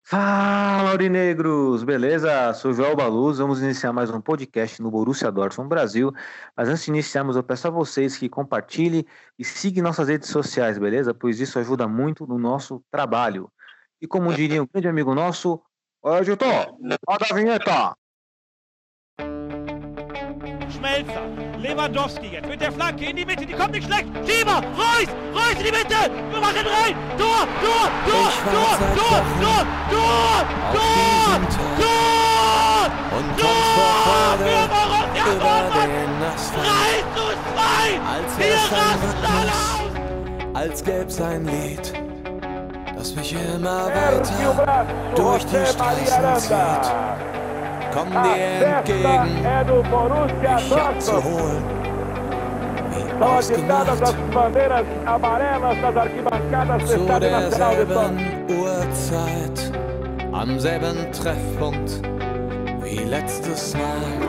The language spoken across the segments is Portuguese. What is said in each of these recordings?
Fala, aurinegros! Beleza? Sou Joel Baluz, vamos iniciar mais um podcast no Borussia Dortmund Brasil. Mas antes de iniciarmos, eu peço a vocês que compartilhem e sigam nossas redes sociais, beleza? Pois isso ajuda muito no nosso trabalho. E como diria um grande amigo nosso, olha, Gilton, roda a vinheta! Schmelzer, Lewandowski jetzt mit der Flanke in die Mitte, die kommt nicht schlecht. Schieber, Reus in die Mitte, wir machen rein. Tor! Und kommt vor Freude über den Asphalt, 3:2, wir rasten alle aus. als gäb's ein Lied, das mich immer weiter durch die Straßen zieht. Komm dir entgegen, mich abzuholen, wie ausgemacht, zu derselben Uhrzeit, am selben Treffpunkt wie letztes Mal.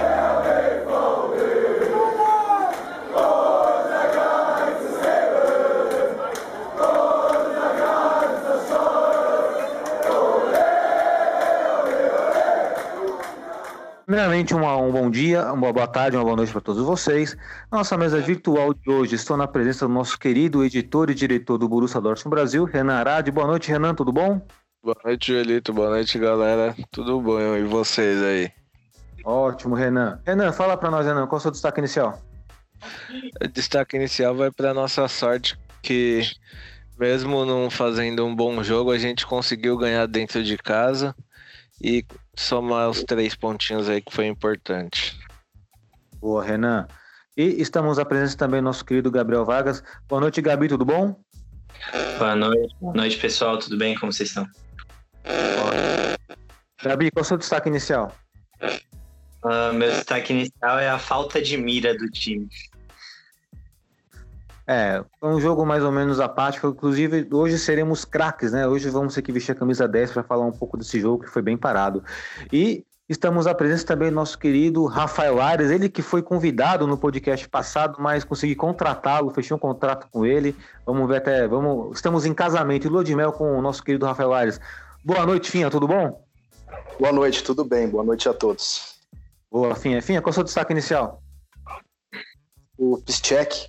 Primeiramente, um bom dia, uma boa tarde, uma boa noite para todos vocês. Na nossa mesa virtual de hoje, estou na presença do nosso querido editor e diretor do Borussia Dortmund Brasil, Renan Arad. Boa noite, Renan, tudo bom? Boa noite, Joelito. Boa noite, galera. Tudo bom? E vocês aí? Ótimo, Renan. Renan, fala para nós, Renan, qual é o seu destaque inicial? O destaque inicial vai para nossa sorte, que mesmo não fazendo um bom jogo, a gente conseguiu ganhar dentro de casa e somar os 3 pontinhos aí que foi importante. Boa, Renan. E estamos à presença também do nosso querido Gabriel Vargas. Boa noite, Gabi, tudo bom? Boa noite, pessoal, tudo bem? Como vocês estão? Gabi, qual é o seu destaque inicial? Meu destaque inicial é a falta de mira do time. Foi um jogo mais ou menos apático, inclusive hoje seremos craques, né? Hoje vamos ter que vestir a camisa 10 para falar um pouco desse jogo que foi bem parado. E estamos à presença também do nosso querido Rafael Ares, ele que foi convidado no podcast passado, mas consegui contratá-lo, fechei um contrato com ele. Vamos ver estamos em casamento e lua de mel com o nosso querido Rafael Ares. Boa noite, Finha, tudo bom? Boa noite, tudo bem? Boa noite a todos. Boa, Finha. Finha, qual é o seu destaque inicial? O Piszczek.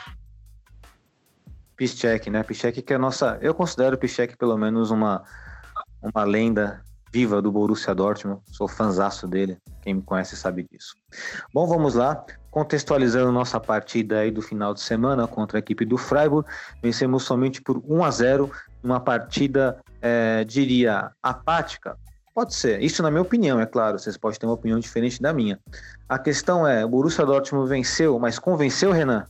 Piszczek, né? Piszczek que é eu considero o Piszczek pelo menos uma lenda viva do Borussia Dortmund. Sou fãzaço dele, quem me conhece sabe disso. Bom, vamos lá. Contextualizando nossa partida aí do final de semana contra a equipe do Freiburg, vencemos somente por 1-0, uma partida, diria, apática. Pode ser, isso na minha opinião, é claro, vocês podem ter uma opinião diferente da minha. A questão é, o Borussia Dortmund venceu, mas convenceu, Renan?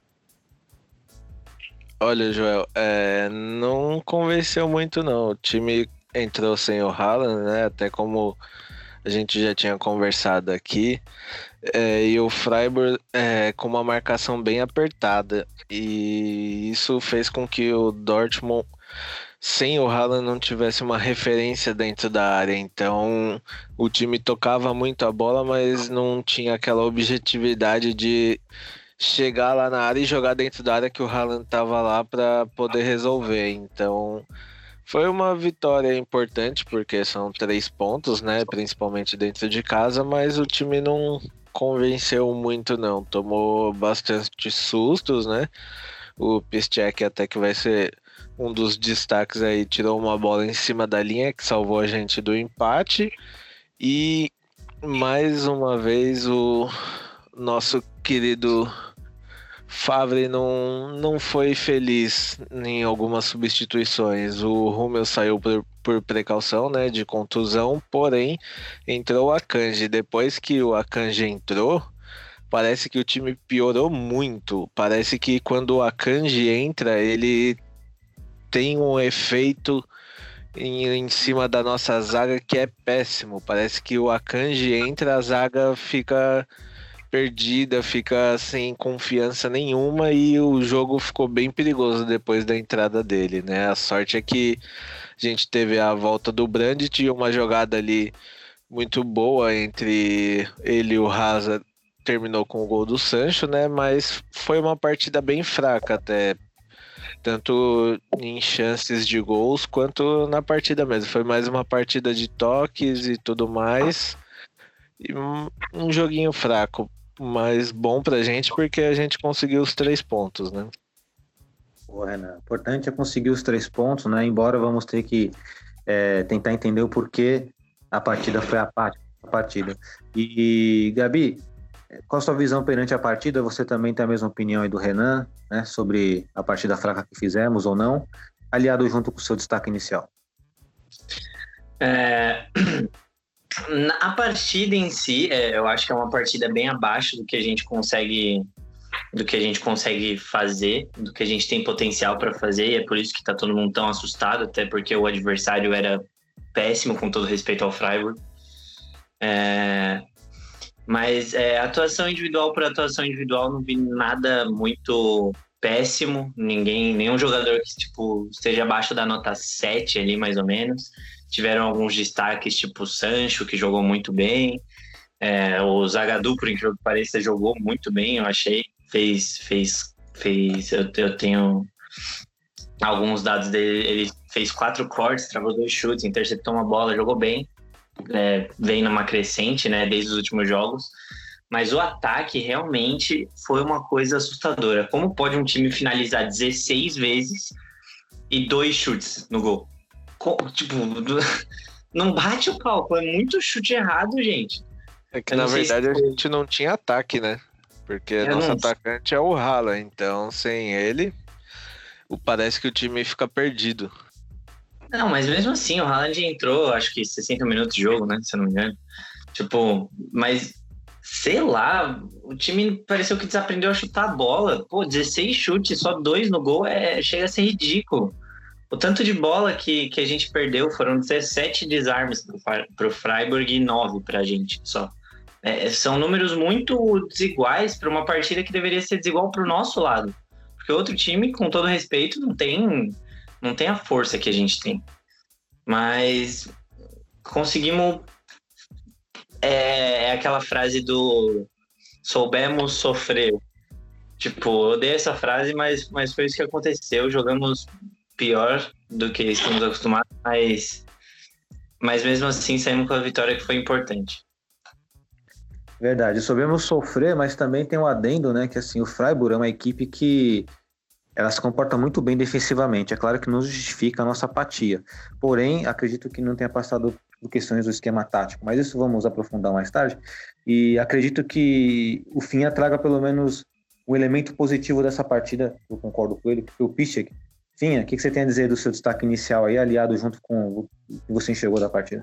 Olha, Joel, não convenceu muito não. O time entrou sem o Haaland, né? Até como a gente já tinha conversado aqui. E o Freiburg com uma marcação bem apertada. E isso fez com que o Dortmund, sem o Haaland, não tivesse uma referência dentro da área. Então o time tocava muito a bola, mas não tinha aquela objetividade de chegar lá na área e jogar dentro da área que o Haaland estava lá para poder resolver. Então foi uma vitória importante, porque são 3 pontos, né? Principalmente dentro de casa, mas o time não convenceu muito não. Tomou bastante sustos, né? O Piszczek até que vai ser um dos destaques aí, tirou uma bola em cima da linha que salvou a gente do empate. E mais uma vez o nosso querido Favre não foi feliz em algumas substituições. O Hummel saiu por precaução, né, de contusão, porém entrou o Akanji. Depois que o Akanji entrou, parece que o time piorou muito. Parece que quando o Akanji entra, ele tem um efeito em cima da nossa zaga que é péssimo. Parece que o Akanji entra, a zaga fica perdida, fica sem confiança nenhuma e o jogo ficou bem perigoso depois da entrada dele, né? A sorte é que a gente teve a volta do Brandt, tinha uma jogada ali muito boa entre ele e o Hazard, terminou com o gol do Sancho, né? Mas foi uma partida bem fraca até tanto em chances de gols quanto na partida mesmo. Foi mais uma partida de toques e tudo mais, e um joguinho fraco, mas bom pra gente porque a gente conseguiu os 3 pontos, né? Pô, Renan, o importante é conseguir os 3 pontos, né? Embora vamos ter que tentar entender o porquê a partida foi apática. E Gabi, qual a sua visão perante a partida? Você também tem a mesma opinião aí do Renan, né? Sobre a partida fraca que fizemos ou não, aliado junto com o seu destaque inicial. A partida em si, eu acho que é uma partida bem abaixo do que a gente consegue fazer, do que a gente tem potencial para fazer, e é por isso que tá todo mundo tão assustado, até porque o adversário era péssimo, com todo respeito ao Freiburg. Mas atuação individual por atuação individual, não vi nada muito péssimo, nenhum jogador que esteja abaixo da nota 7 ali, mais ou menos. Tiveram alguns destaques, tipo o Sancho, que jogou muito bem, o Zagadou, por incrível que pareça, jogou muito bem, eu achei. Eu tenho alguns dados dele, ele fez 4 cortes, travou 2 chutes, interceptou uma bola, jogou bem, vem numa crescente, né, desde os últimos jogos, mas o ataque realmente foi uma coisa assustadora. Como pode um time finalizar 16 vezes e 2 chutes no gol? Não bate o palco, é muito chute errado, gente. É que na verdade a gente não tinha ataque, né? Porque nosso atacante é o Haaland, então sem ele, parece que o time fica perdido. Não, mas mesmo assim, o Haaland entrou, acho que 60 minutos de jogo, né, se eu não me engano. Mas, sei lá, o time pareceu que desaprendeu a chutar a bola. 16 chutes, só 2 no gol, chega a ser ridículo. O tanto de bola que a gente perdeu, foram 17 desarmes pro Freiburg e 9 pra gente só. São números muito desiguais para uma partida que deveria ser desigual pro nosso lado. Porque outro time, com todo respeito, não tem a força que a gente tem. Mas conseguimos... aquela frase do soubemos sofrer. Eu odeio essa frase, mas foi isso que aconteceu. Jogamos pior do que estamos acostumados, mas mesmo assim saímos com a vitória, que foi importante. Verdade, soubemos sofrer, mas também tem um adendo, né, que assim, o Freiburg é uma equipe que ela se comporta muito bem defensivamente. É claro que não justifica a nossa apatia, porém, acredito que não tenha passado por questões do esquema tático, mas isso vamos aprofundar mais tarde, e acredito que o Finha traga pelo menos um elemento positivo dessa partida. Eu concordo com ele, que foi o Piszczek. Finha, o que você tem a dizer do seu destaque inicial aí, aliado junto com o que você enxergou da partida?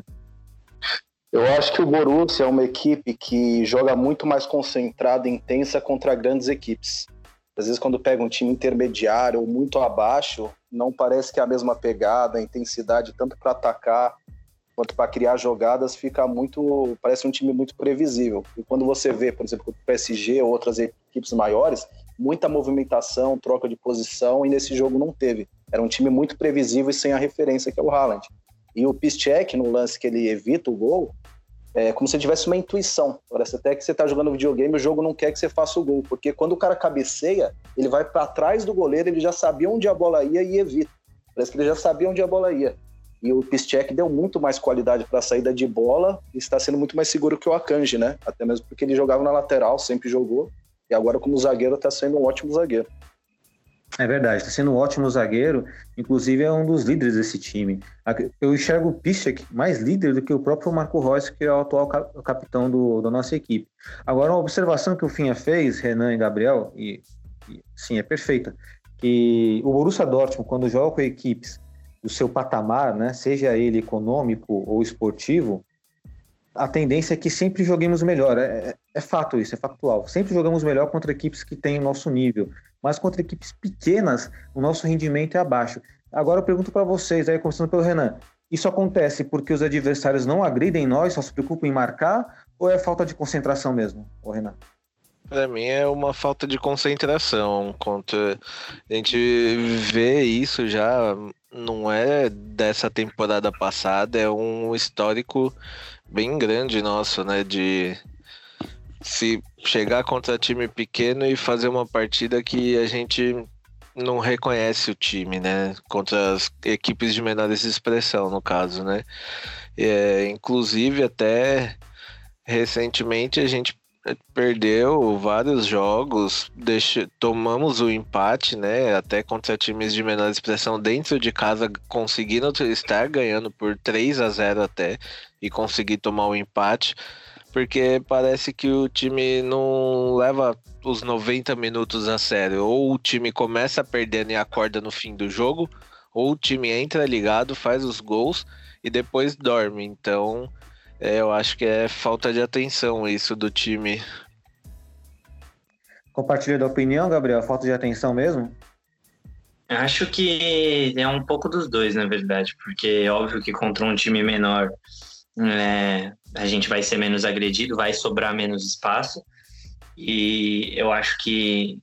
Eu acho que o Borussia é uma equipe que joga muito mais concentrada e intensa contra grandes equipes. Às vezes, quando pega um time intermediário ou muito abaixo, não parece que é a mesma pegada, a intensidade, tanto para atacar quanto para criar jogadas, parece um time muito previsível. E quando você vê, por exemplo, o PSG ou outras equipes maiores, muita movimentação, troca de posição, e nesse jogo não teve. Era um time muito previsível e sem a referência que é o Haaland. E o Piszczek, no lance que ele evita o gol, é como se tivesse uma intuição. Parece até que você está jogando videogame e o jogo não quer que você faça o gol, porque quando o cara cabeceia, ele vai para trás do goleiro, ele já sabia onde a bola ia e evita. Parece que ele já sabia onde a bola ia. E o Piszczek deu muito mais qualidade para a saída de bola e está sendo muito mais seguro que o Akanji, né? Até mesmo porque ele jogava na lateral, sempre jogou, e agora como zagueiro está sendo um ótimo zagueiro. É verdade, está sendo um ótimo zagueiro, inclusive é um dos líderes desse time. Eu enxergo o Piszczek mais líder do que o próprio Marco Reus, que é o atual capitão da nossa equipe. Agora, uma observação que o Finha fez, Renan e Gabriel, e sim, é perfeita, que o Borussia Dortmund, quando joga com equipes do seu patamar, né, seja ele econômico ou esportivo, a tendência é que sempre joguemos melhor. É fato isso, é factual. Sempre jogamos melhor contra equipes que têm o nosso nível, mas contra equipes pequenas, o nosso rendimento é abaixo. Agora eu pergunto para vocês, aí começando pelo Renan, isso acontece porque os adversários não agridem nós, só se preocupam em marcar, ou é falta de concentração mesmo, Renan? Para mim é uma falta de concentração. A gente vê isso já, não é dessa temporada passada, é um histórico bem grande nosso, né? De se chegar contra time pequeno e fazer uma partida que a gente não reconhece o time, né? Contra as equipes de menores expressão, no caso, né? Inclusive, até recentemente a gente perdeu vários jogos, tomamos o empate, né? Até contra times de menor expressão dentro de casa, conseguindo estar ganhando por 3-0 até, e conseguir tomar o empate, porque parece que o time não leva os 90 minutos a sério. Ou o time começa perdendo e acorda no fim do jogo, ou o time entra ligado, faz os gols e depois dorme. Então, eu acho que é falta de atenção isso do time. Compartilha da opinião, Gabriel? Falta de atenção mesmo? Acho que é um pouco dos dois, na verdade, porque é óbvio que contra um time menor a gente vai ser menos agredido, vai sobrar menos espaço, e eu acho que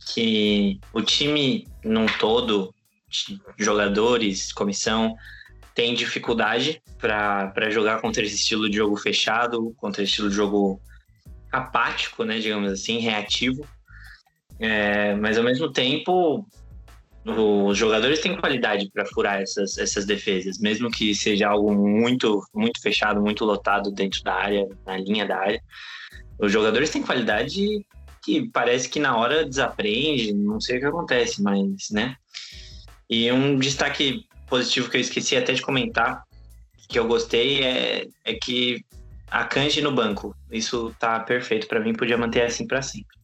o time num todo, jogadores, comissão, tem dificuldade para jogar contra esse estilo de jogo fechado, contra esse estilo de jogo apático, né, digamos assim, reativo. Mas ao mesmo tempo, os jogadores têm qualidade para furar essas defesas, mesmo que seja algo muito, muito fechado, muito lotado dentro da área, na linha da área. Os jogadores têm qualidade que parece que na hora desaprende, não sei o que acontece, mas, né? E um destaque positivo que eu esqueci até de comentar, que eu gostei, é que a Akanji no banco, isso tá perfeito para mim, podia manter assim para sempre.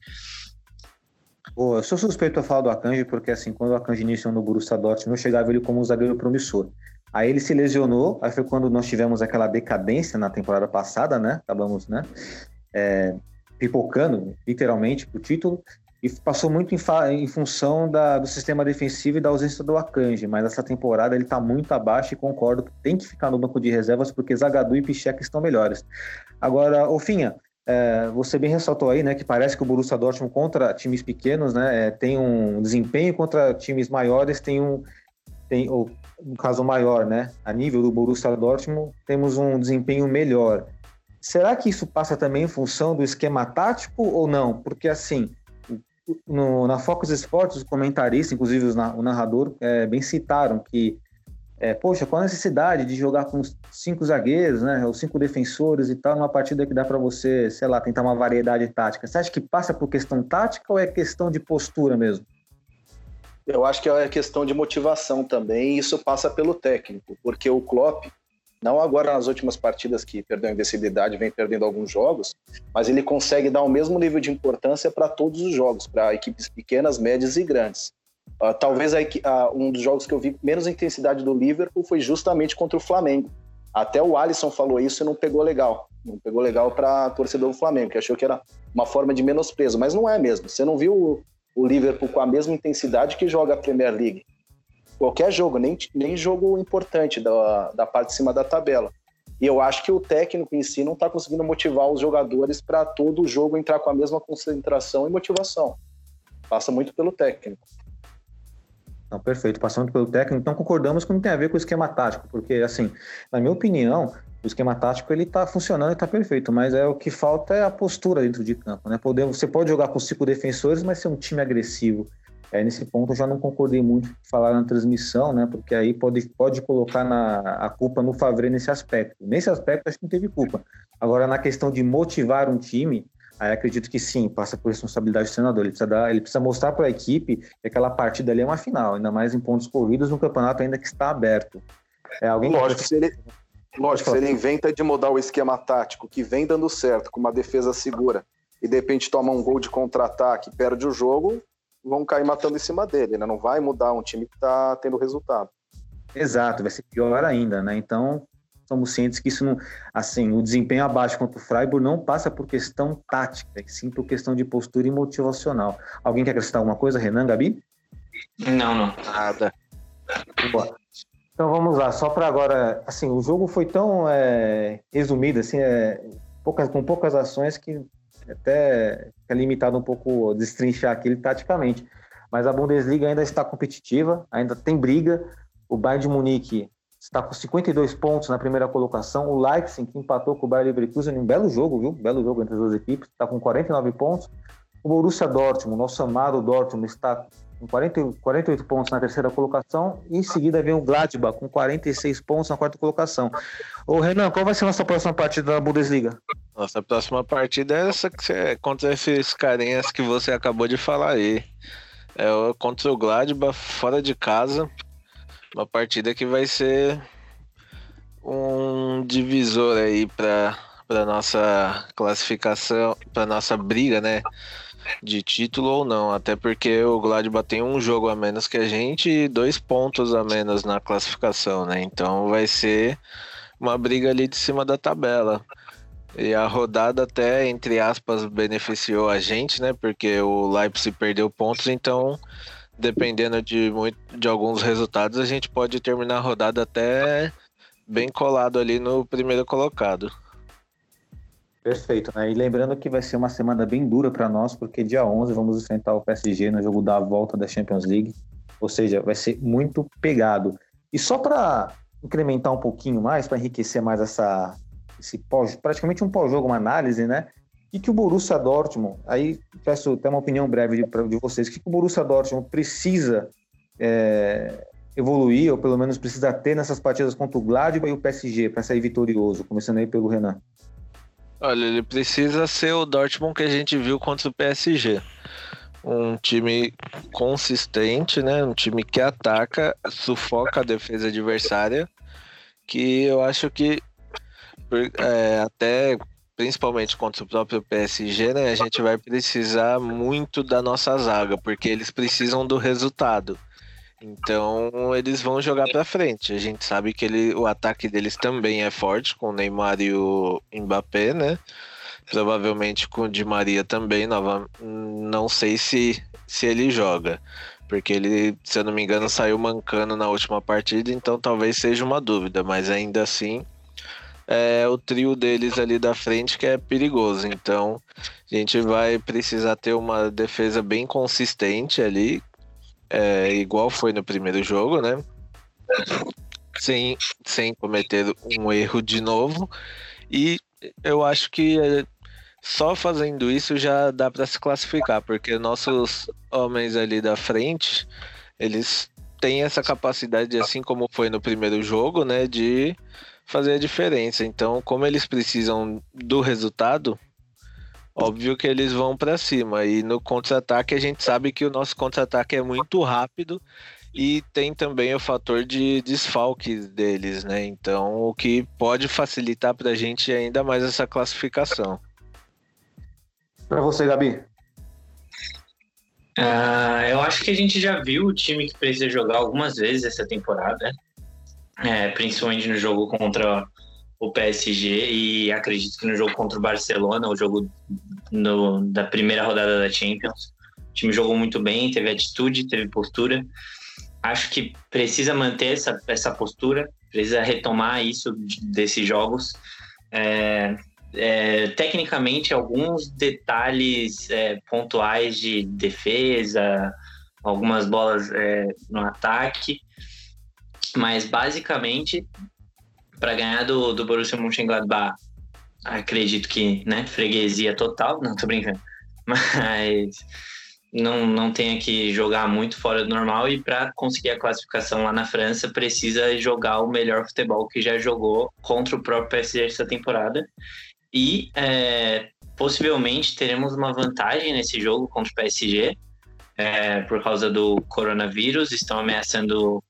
Pô, eu sou suspeito a falar do Akanji, porque assim, quando o Akanji iniciou no Borussia Dortmund, eu chegava ele como um zagueiro promissor. Aí ele se lesionou, aí foi quando nós tivemos aquela decadência na temporada passada, né? Acabamos, né? Pipocando, literalmente, pro título, e passou muito em função do sistema defensivo e da ausência do Akanji, mas essa temporada ele tá muito abaixo e concordo que tem que ficar no banco de reservas porque Zagadou e Piszczek estão melhores. Agora, Ofinha, você bem ressaltou aí, né, que parece que o Borussia Dortmund contra times pequenos, né, tem um desempenho, contra times maiores ou no caso maior, né, a nível do Borussia Dortmund temos um desempenho melhor. Será que isso passa também em função do esquema tático ou não? Porque assim, na Focus Sports, os comentaristas, inclusive o narrador, bem citaram que poxa, qual a necessidade de jogar com 5 zagueiros, né, ou 5 defensores e tal, numa partida que dá para você, sei lá, tentar uma variedade tática? Você acha que passa por questão tática ou é questão de postura mesmo? Eu acho que é questão de motivação também, e isso passa pelo técnico, porque o Klopp, não agora nas últimas partidas que perdeu a invencibilidade, vem perdendo alguns jogos, mas ele consegue dar o mesmo nível de importância para todos os jogos, para equipes pequenas, médias e grandes. Talvez um dos jogos que eu vi menos intensidade do Liverpool foi justamente contra o Flamengo. Até o Alisson falou isso e não pegou legal. Não pegou legal para torcedor do Flamengo, que achou que era uma forma de menosprezo, mas não é mesmo. Você não viu o Liverpool com a mesma intensidade que joga a Premier League. Qualquer jogo, nem jogo importante da parte de cima da tabela. E eu acho que o técnico em si não está conseguindo motivar os jogadores para todo o jogo entrar com a mesma concentração e motivação. Passa muito pelo técnico. Não, perfeito, passando pelo técnico, então concordamos que não tem a ver com o esquema tático, porque, assim, na minha opinião, o esquema tático ele tá funcionando e tá perfeito, mas o que falta é a postura dentro de campo, né? Você pode jogar com 5 defensores, mas ser um time agressivo. Nesse ponto eu já não concordei muito com falar na transmissão, né? Porque aí pode colocar a culpa no Favre nesse aspecto. Nesse aspecto acho que não teve culpa. Agora, na questão de motivar um time, aí acredito que sim, passa por responsabilidade do treinador. Ele precisa mostrar para a equipe que aquela partida ali é uma final, ainda mais em pontos corridos, no campeonato ainda que está aberto. Lógico, se ele inventa de mudar o esquema tático, que vem dando certo, com uma defesa segura, e de repente toma um gol de contra-ataque, perde o jogo, vão cair matando em cima dele, né? Não vai mudar um time que está tendo resultado. Exato, vai ser pior ainda, né? Então, somos cientes que isso não... Assim, o desempenho abaixo contra o Freiburg não passa por questão tática, e sim por questão de postura e motivacional. Alguém quer acrescentar alguma coisa? Renan, Gabi? Não. Nada. Boa. Então vamos lá, só para agora... Assim, o jogo foi tão resumido, assim, com poucas ações que até é limitado um pouco destrinchar aquilo taticamente. Mas a Bundesliga ainda está competitiva, ainda tem briga. O Bayern de Munique está com 52 pontos na primeira colocação. O Leipzig, que empatou com o Bayer Leverkusen, um belo jogo, viu? Belo jogo entre as duas equipes, está com 49 pontos. O Borussia Dortmund, nosso amado Dortmund, está com 48 pontos na terceira colocação, e em seguida vem o Gladbach com 46 pontos na quarta colocação. Ô Renan, qual vai ser a nossa próxima partida da Bundesliga? Nossa próxima partida é essa contra esses carinhas que você acabou de falar aí. É contra o Gladbach, fora de casa. Uma partida que vai ser um divisor aí para nossa classificação, para nossa briga, né, de título ou não, até porque o Gladbach tem um jogo a menos que a gente e 2 pontos a menos na classificação, né, então vai ser uma briga ali de cima da tabela. E a rodada até, entre aspas, beneficiou a gente, né, porque o Leipzig perdeu pontos, então dependendo de alguns resultados, a gente pode terminar a rodada até bem colado ali no primeiro colocado. Perfeito, né? E lembrando que vai ser uma semana bem dura para nós, porque dia 11 vamos enfrentar o PSG no jogo da volta da Champions League, ou seja, vai ser muito pegado. E só para incrementar um pouquinho mais, para enriquecer mais praticamente um pós-jogo, uma análise, né? E que o Borussia Dortmund, aí peço até uma opinião breve de vocês, que o Borussia Dortmund precisa evoluir, ou pelo menos precisa ter nessas partidas contra o Gladbach e o PSG, para sair vitorioso, começando aí pelo Renan. Olha, ele precisa ser o Dortmund que a gente viu contra o PSG. Um time consistente, né? Um time que ataca, sufoca a defesa adversária, que eu acho que até principalmente contra o próprio PSG, né? A gente vai precisar muito da nossa zaga, porque eles precisam do resultado. Então eles vão jogar pra frente. A gente sabe que o ataque deles também é forte, com o Neymar e o Mbappé, né? Provavelmente com o Di Maria também. Não sei se ele joga, porque ele, se eu não me engano, saiu mancando na última partida, então talvez seja uma dúvida, mas ainda assim é o trio deles ali da frente que é perigoso. Então a gente vai precisar ter uma defesa bem consistente ali, igual foi no primeiro jogo, né? Sem cometer um erro de novo. E eu acho que só fazendo isso já dá para se classificar, porque nossos homens ali da frente, eles têm essa capacidade, assim como foi no primeiro jogo, né, de fazer a diferença. Então, como eles precisam do resultado, óbvio que eles vão para cima. E no contra-ataque a gente sabe que o nosso contra-ataque é muito rápido e tem também o fator de desfalque deles, né? Então, o que pode facilitar para a gente ainda mais essa classificação. Para você, Gabi? Eu acho que a gente já viu o time que precisa jogar algumas vezes essa temporada, principalmente no jogo contra o PSG, e acredito que no jogo contra o Barcelona, o jogo da primeira rodada da Champions, o time jogou muito bem, teve atitude, teve postura. Acho que precisa manter essa postura, precisa retomar isso desses jogos. Tecnicamente, alguns detalhes pontuais de defesa, algumas bolas no ataque, mas basicamente para ganhar do Borussia Mönchengladbach, acredito que, né, freguesia total, não tô brincando, mas não tenha que jogar muito fora do normal, e para conseguir a classificação lá na França precisa jogar o melhor futebol que já jogou contra o próprio PSG essa temporada, e possivelmente teremos uma vantagem nesse jogo contra o PSG, por causa do coronavírus. Estão ameaçando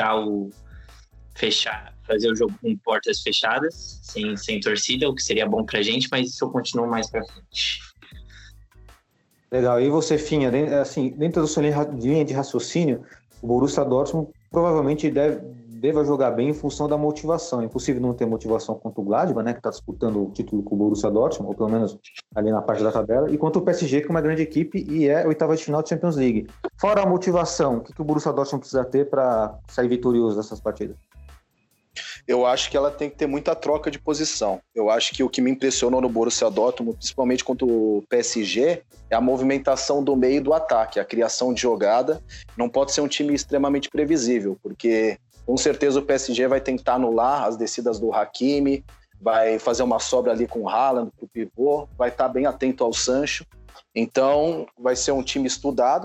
fazer o jogo com portas fechadas, sem torcida, o que seria bom pra gente, mas isso eu continuo mais pra frente. Legal. E você, Finha, dentro da sua linha de raciocínio, o Borussia Dortmund provavelmente deva jogar bem em função da motivação. É impossível não ter motivação contra o Gladbach, né, que está disputando o título com o Borussia Dortmund, ou pelo menos ali na parte da tabela, e contra o PSG, que é uma grande equipe e é oitava de final de Champions League. Fora a motivação, o que o Borussia Dortmund precisa ter para sair vitorioso dessas partidas? Eu acho que ela tem que ter muita troca de posição. Eu acho que o que me impressionou no Borussia Dortmund, principalmente contra o PSG, é a movimentação do meio e do ataque, a criação de jogada. Não pode ser um time extremamente previsível, porque com certeza o PSG vai tentar anular as descidas do Hakimi, vai fazer uma sobra ali com o Haaland pro pivô, vai estar bem atento ao Sancho. Então vai ser um time estudado.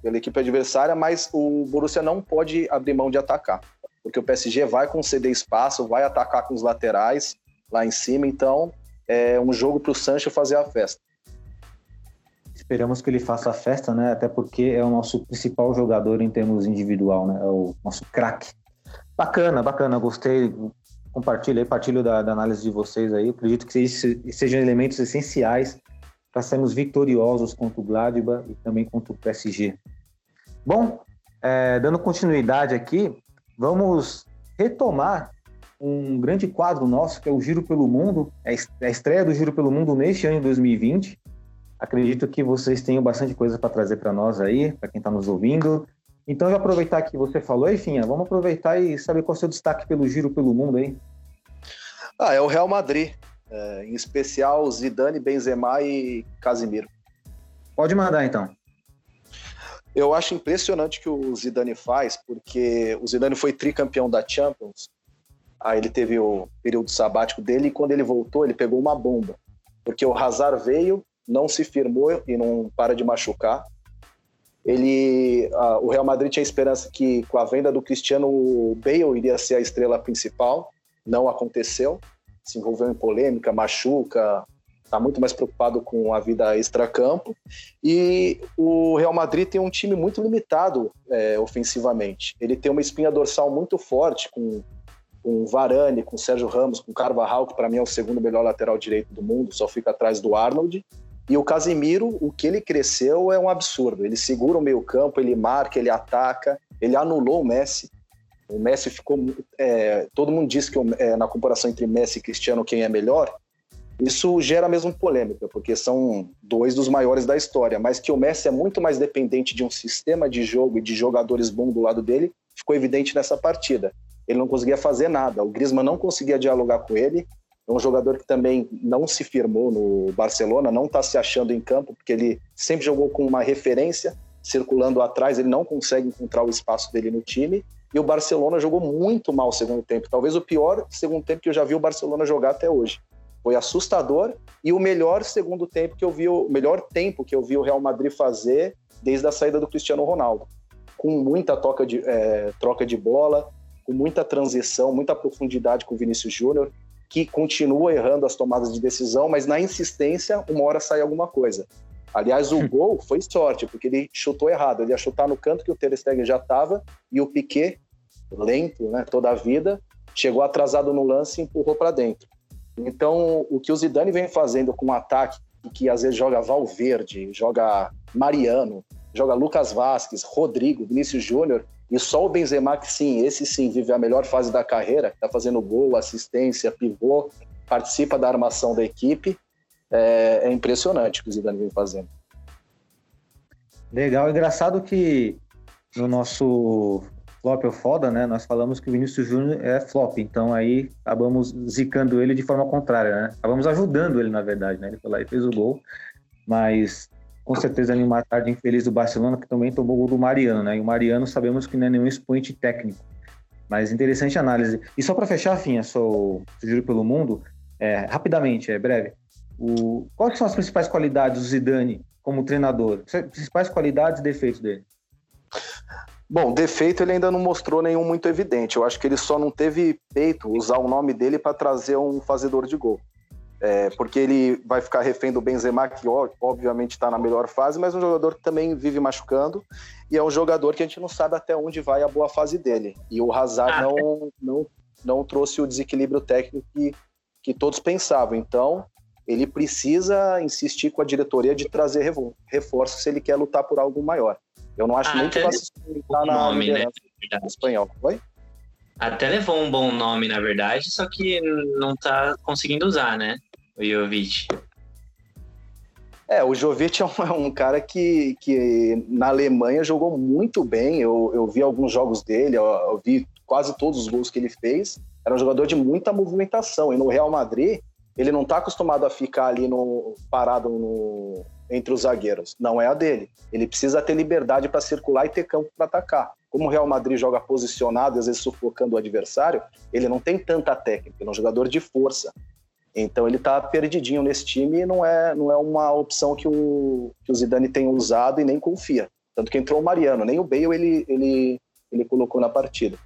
pela equipe adversária, mas o Borussia não pode abrir mão de atacar, porque o PSG vai conceder espaço, vai atacar com os laterais lá em cima, então é um jogo para o Sancho fazer a festa. Esperamos que ele faça a festa, né? Até porque é o nosso principal jogador em termos individual, né? É o nosso craque. Bacana, gostei. Partilho da análise de vocês aí. Acredito que sejam elementos essenciais para sermos vitoriosos contra o Gladbach e também contra o PSG. Bom, dando continuidade aqui, vamos retomar um grande quadro nosso, que é o Giro pelo Mundo, é a estreia do Giro pelo Mundo neste ano de 2020. Acredito que vocês tenham bastante coisa para trazer para nós aí, para quem está nos ouvindo. Então, já aproveitar que você falou, enfim, vamos aproveitar e saber qual é o seu destaque pelo Giro pelo Mundo aí. É o Real Madrid, em especial Zidane, Benzema e Casemiro. Pode mandar, então. Eu acho impressionante o que o Zidane faz, porque o Zidane foi tricampeão da Champions, aí ele teve o período sabático dele, e quando ele voltou, ele pegou uma bomba, porque o Hazard veio, não se firmou e não para de machucar. O Real Madrid tinha esperança que, com a venda do Cristiano, o Bale iria ser a estrela principal. Não aconteceu. Se envolveu em polêmica, machuca, está muito mais preocupado com a vida extracampo. E o Real Madrid tem um time muito limitado ofensivamente. Ele tem uma espinha dorsal muito forte, com Varane, com Sérgio Ramos, com Carvajal, que para mim é o segundo melhor lateral direito do mundo, só fica atrás do Arnold. E o Casemiro, o que ele cresceu é um absurdo. Ele segura o meio campo, ele marca, ele ataca, ele anulou o Messi. O Messi ficou... todo mundo diz que na comparação entre Messi e Cristiano, quem é melhor, isso gera mesmo polêmica, porque são dois dos maiores da história, mas que o Messi é muito mais dependente de um sistema de jogo e de jogadores bons do lado dele, ficou evidente nessa partida. Ele não conseguia fazer nada, o Griezmann não conseguia dialogar com ele. É um jogador que também não se firmou no Barcelona, não está se achando em campo, porque ele sempre jogou com uma referência, circulando atrás, ele não consegue encontrar o espaço dele no time, e o Barcelona jogou muito mal o segundo tempo, talvez o pior segundo tempo que eu já vi o Barcelona jogar até hoje. Foi assustador, e o melhor segundo tempo que eu vi, o melhor tempo que eu vi o Real Madrid fazer desde a saída do Cristiano Ronaldo, com muita troca de bola, com muita transição, muita profundidade com o Vinícius Júnior, que continua errando as tomadas de decisão, mas na insistência, uma hora sai alguma coisa. Aliás, o gol foi sorte, porque ele chutou errado. Ele ia chutar no canto que o Ter Stegen já estava, e o Piqué, lento, né, toda a vida, chegou atrasado no lance e empurrou para dentro. Então, o que o Zidane vem fazendo com o ataque, que às vezes joga Valverde, joga Mariano, joga Lucas Vázquez, Rodrigo, Vinícius Júnior, e só o Benzema, que sim, esse sim vive a melhor fase da carreira, está fazendo gol, assistência, pivô, participa da armação da equipe. É impressionante o que o Zidane vem fazendo. Legal, engraçado que no nosso flop ou foda, né, nós falamos que o Vinícius Júnior é flop, então aí acabamos zicando ele de forma contrária, né? Acabamos ajudando ele, na verdade, né? Ele foi lá e fez o gol, mas com certeza em uma tarde infeliz do Barcelona, que também tomou o gol do Mariano, né? E o Mariano sabemos que não é nenhum expoente técnico, mas interessante análise. E só para fechar, Finha, sou Giro pelo Mundo, rapidamente, breve, quais são as principais qualidades do Zidane como treinador? As principais qualidades e defeitos dele? Bom, defeito ele ainda não mostrou nenhum muito evidente. Eu acho que ele só não teve peito usar o nome dele para trazer um fazedor de gol. Porque ele vai ficar refém do Benzema, que obviamente está na melhor fase, mas um jogador que também vive machucando, e é um jogador que a gente não sabe até onde vai a boa fase dele. E o Hazard não trouxe o desequilíbrio técnico que todos pensavam. Então, ele precisa insistir com a diretoria de trazer reforço se ele quer lutar por algo maior. Eu não acho nem que vai se sustentar na liderança do espanhol. Oi? Até levou um bom nome, na verdade, só que não tá conseguindo usar, né? O Jovic. O Jovic é um cara que na Alemanha jogou muito bem. Eu vi alguns jogos dele, eu vi quase todos os gols que ele fez. Era um jogador de muita movimentação. E no Real Madrid, ele não está acostumado a ficar ali parado entre os zagueiros. Não é a dele. Ele precisa ter liberdade para circular e ter campo para atacar. Como o Real Madrid joga posicionado, às vezes sufocando o adversário, ele não tem tanta técnica, ele é um jogador de força. Então ele está perdidinho nesse time e não é uma opção que o Zidane tem usado e nem confia. Tanto que entrou o Mariano, nem o Bale ele colocou na partida.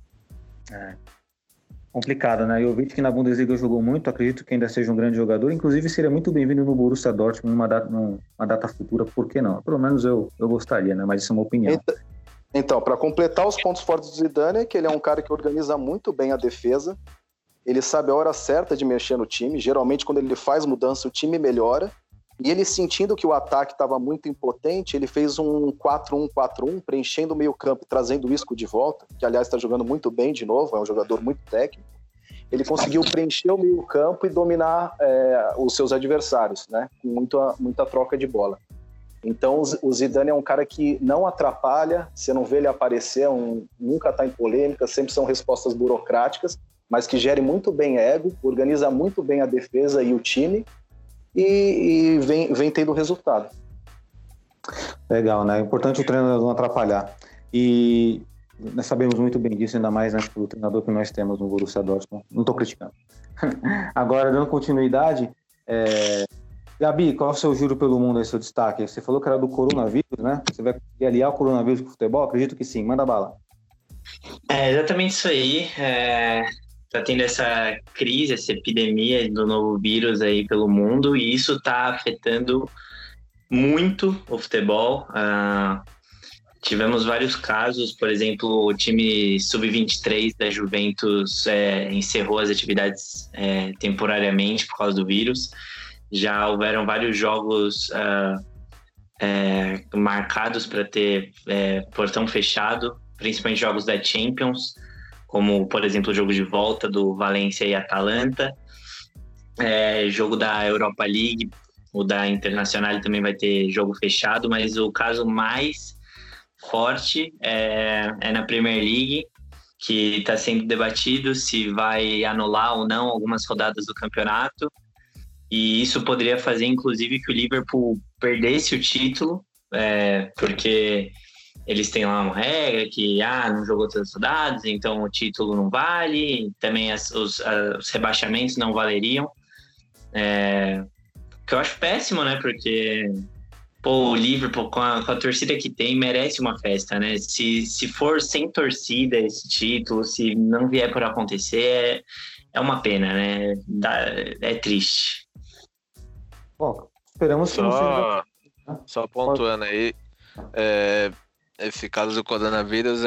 Complicado, né? Eu vi que na Bundesliga jogou muito, acredito que ainda seja um grande jogador, inclusive seria muito bem-vindo no Borussia Dortmund numa data futura, por que não? Pelo menos eu gostaria, né? Mas isso é uma opinião. Então, para completar os pontos fortes do Zidane, é que ele é um cara que organiza muito bem a defesa, ele sabe a hora certa de mexer no time, geralmente quando ele faz mudança o time melhora, e ele sentindo que o ataque estava muito impotente, ele fez um 4-1-4-1, preenchendo o meio campo, trazendo o Isco de volta, que aliás está jogando muito bem de novo, é um jogador muito técnico. Ele conseguiu preencher o meio campo e dominar os seus adversários, né? Com muita troca de bola. Então o Zidane é um cara que não atrapalha, você não vê ele aparecer, nunca está em polêmica, sempre são respostas burocráticas, mas que gere muito bem ego, organiza muito bem a defesa e o time, e vem tendo resultado. Legal, né? É importante o treinador não atrapalhar. E nós sabemos muito bem disso, ainda mais, né, pelo treinador que nós temos no Borussia Dortmund. Não estou criticando. Agora, dando continuidade, Gabi, qual é o seu juro pelo mundo aí, seu destaque? Você falou que era do coronavírus, né? Você vai conseguir aliar o coronavírus com o futebol? Acredito que sim. Manda bala. É exatamente isso aí. Tá tendo essa crise, essa epidemia do novo vírus aí pelo mundo, e isso tá afetando muito o futebol. Tivemos vários casos, por exemplo, o time sub-23 da Juventus encerrou as atividades temporariamente por causa do vírus. Já houveram vários jogos marcados para ter portão fechado, principalmente jogos da Champions, como, por exemplo, o jogo de volta do Valência e Atalanta, jogo da Europa League, o da Internacional também vai ter jogo fechado, mas o caso mais forte é na Premier League, que está sendo debatido se vai anular ou não algumas rodadas do campeonato, e isso poderia fazer, inclusive, que o Liverpool perdesse o título, porque eles têm lá uma regra que não jogou todas as rodadas, então o título não vale, também os rebaixamentos não valeriam, que eu acho péssimo, né, porque o Liverpool, com a torcida que tem, merece uma festa, né? Se for sem torcida esse título, se não vier por acontecer, é uma pena, né? É triste. Bom, esperamos que não seja... Só pontuando aí, esse caso do coronavírus,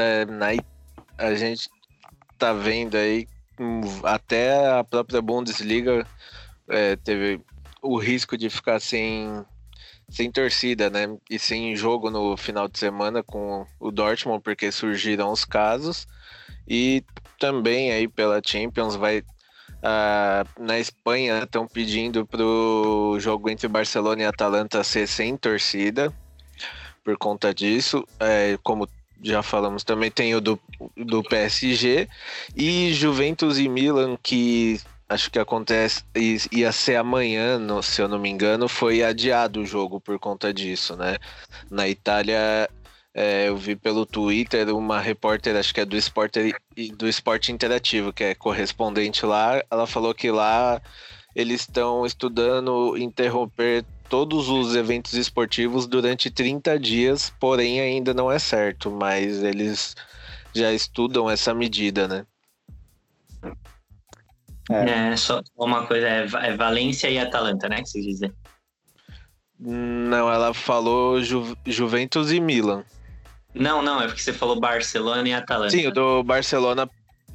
a gente tá vendo aí, até a própria Bundesliga teve o risco de ficar sem torcida, né? E sem jogo no final de semana com o Dortmund, porque surgiram os casos. E também aí pela Champions na Espanha estão pedindo pro jogo entre Barcelona e Atalanta ser sem torcida por conta disso. Como já falamos, também tem o do PSG e Juventus e Milan, que acho que ia ser amanhã, se eu não me engano, foi adiado o jogo por conta disso, né? Na Itália, eu vi pelo Twitter uma repórter, acho que é do Esporte Interativo, que é correspondente lá, ela falou que lá eles estão estudando interromper todos os eventos esportivos durante 30 dias, porém ainda não é certo, mas eles já estudam essa medida, né? Só uma coisa, é Valência e Atalanta, né, que você quis dizer? Não, ela falou Juventus e Milan. Não, é porque você falou Barcelona e Atalanta. Sim, o do Barcelona